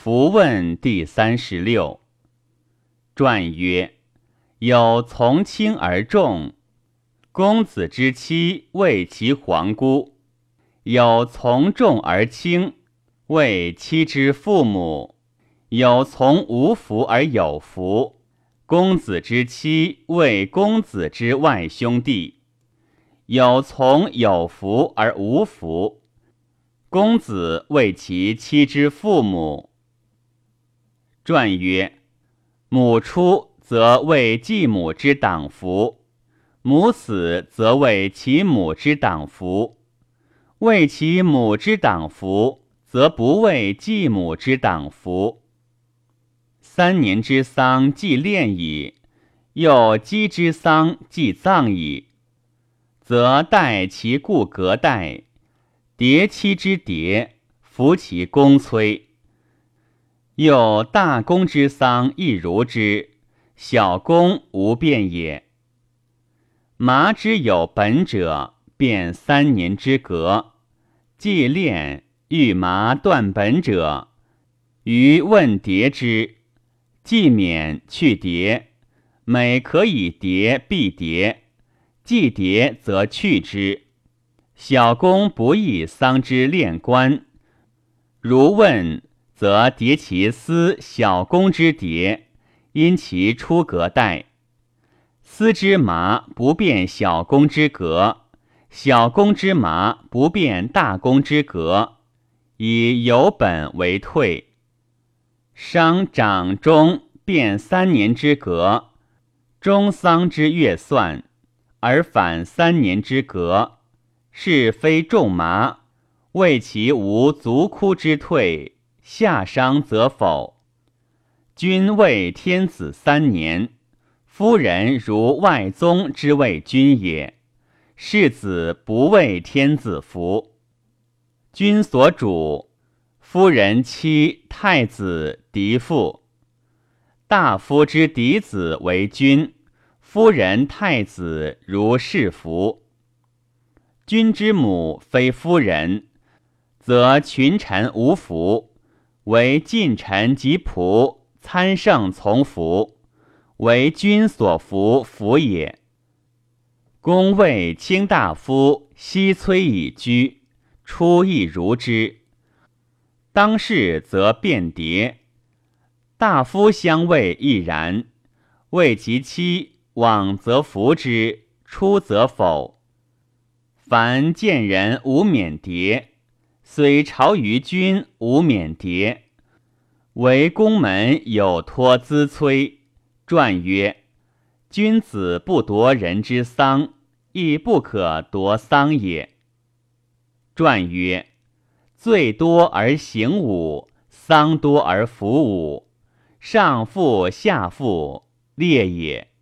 弗问第36。传曰：有从轻而重，公子之妻为其皇姑；有从重而轻，为妻之父母；有从无福而有福，公子之妻为公子之外兄弟；有从有福而无福，公子为其妻之父母。传曰：母出则为继母之党服，母死则为其母之党服。为其母之党服，则不为继母之党服。3年之丧既殓矣，又姬之丧既葬矣，则待其故隔代，迭妻之迭，服其公催。又大公之丧亦如之，小公无变也。麻之有本者，便3年之隔；既炼欲麻断本者，余问迭之；既免去迭，每可以迭必迭；既迭则去之。小公不亦丧之炼官，如问，则迭其司小公之迭，因其出隔代。司之麻不变小公之革，小公之麻不变大公之革，以有本为退。商长中变3年之革，中丧之月算，而反3年之革，是非重麻，为其无足枯之退，下伤则否。君为天子3年，夫人如外宗之谓君也，世子不为天子服。君所主，夫人妻太子嫡父。大夫之嫡子为君，夫人太子如世服。君之母非夫人，则群臣无服，为近臣及仆参圣从服，为君所服服也。公谓卿大夫西崔以居，出亦如之。当世则变迭，大夫相谓亦然。为其妻往则服之，出则否。凡见人无免迭，虽朝于君无免迭。唯宫门有托资催。传曰：君子不夺人之丧，亦不可夺丧也。传曰：罪多而刑侮，丧多而服侮，上父下父，烈也。